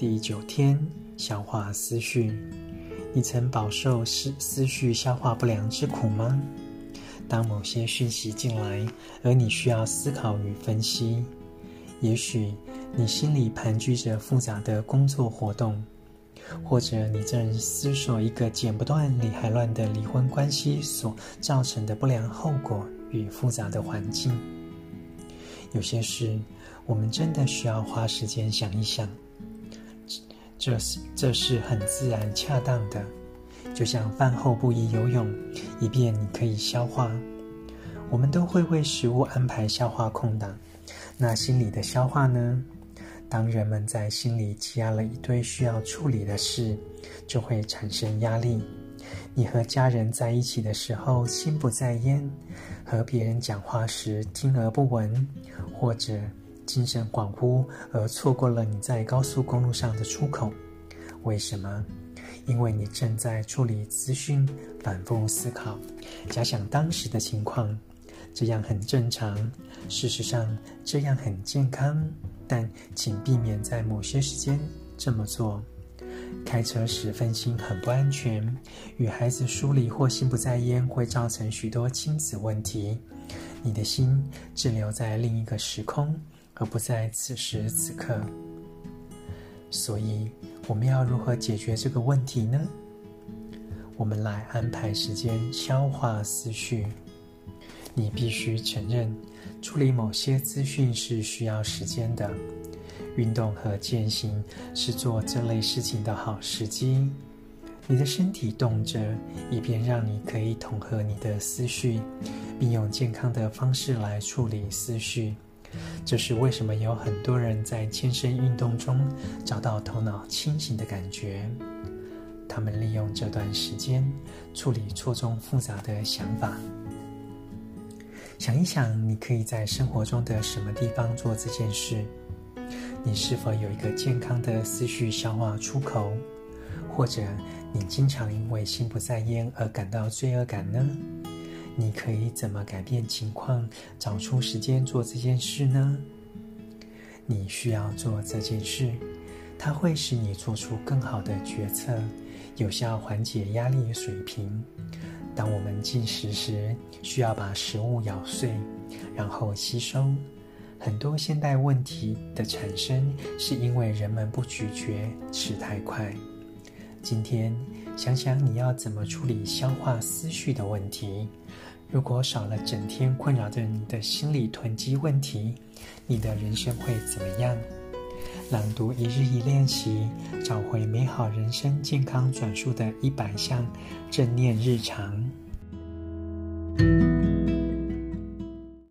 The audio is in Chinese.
第9天，消化思绪。你曾饱受思绪消化不良之苦吗？当某些讯息进来，而你需要思考与分析，也许你心里盘踞着复杂的工作活动，或者你正思索一个剪不断理还乱的离婚关系所造成的不良后果与复杂的环境。有些事我们真的需要花时间想一想，这是很自然恰当的，就像饭后不宜游泳，以便你可以消化。我们都会为食物安排消化空档，那心理的消化呢？当人们在心里积压了一堆需要处理的事，就会产生压力。你和家人在一起的时候心不在焉，和别人讲话时听而不闻，或者精神恍惚而错过了你在高速公路上的出口。为什么？因为你正在处理资讯，反复思考，假想当时的情况。这样很正常，事实上这样很健康，但请避免在某些时间这么做。开车时分心很不安全，与孩子疏离或心不在焉会造成许多亲子问题。你的心滞留在另一个时空，而不在此时此刻。所以我们要如何解决这个问题呢？我们来安排时间消化思绪。你必须承认，处理某些资讯是需要时间的。运动和健行是做这类事情的好时机。你的身体动着，以便让你可以统合你的思绪，并用健康的方式来处理思绪。这是为什么有很多人在健身运动中找到头脑清醒的感觉。他们利用这段时间处理错综复杂的想法。想一想，你可以在生活中的什么地方做这件事？你是否有一个健康的思绪消化出口？或者你经常因为心不在焉而感到罪恶感呢？你可以怎么改变情况，找出时间做这件事呢？你需要做这件事，它会使你做出更好的决策，有效缓解压力水平。当我们进食时，需要把食物咬碎，然后吸收。很多现代问题的产生，是因为人们不咀嚼，吃太快。今天，想想你要怎么处理消化思绪的问题。如果少了整天困扰着你的心理囤积问题，你的人生会怎么样？朗读一日一练习，找回美好人生健康转述的100项正念日常。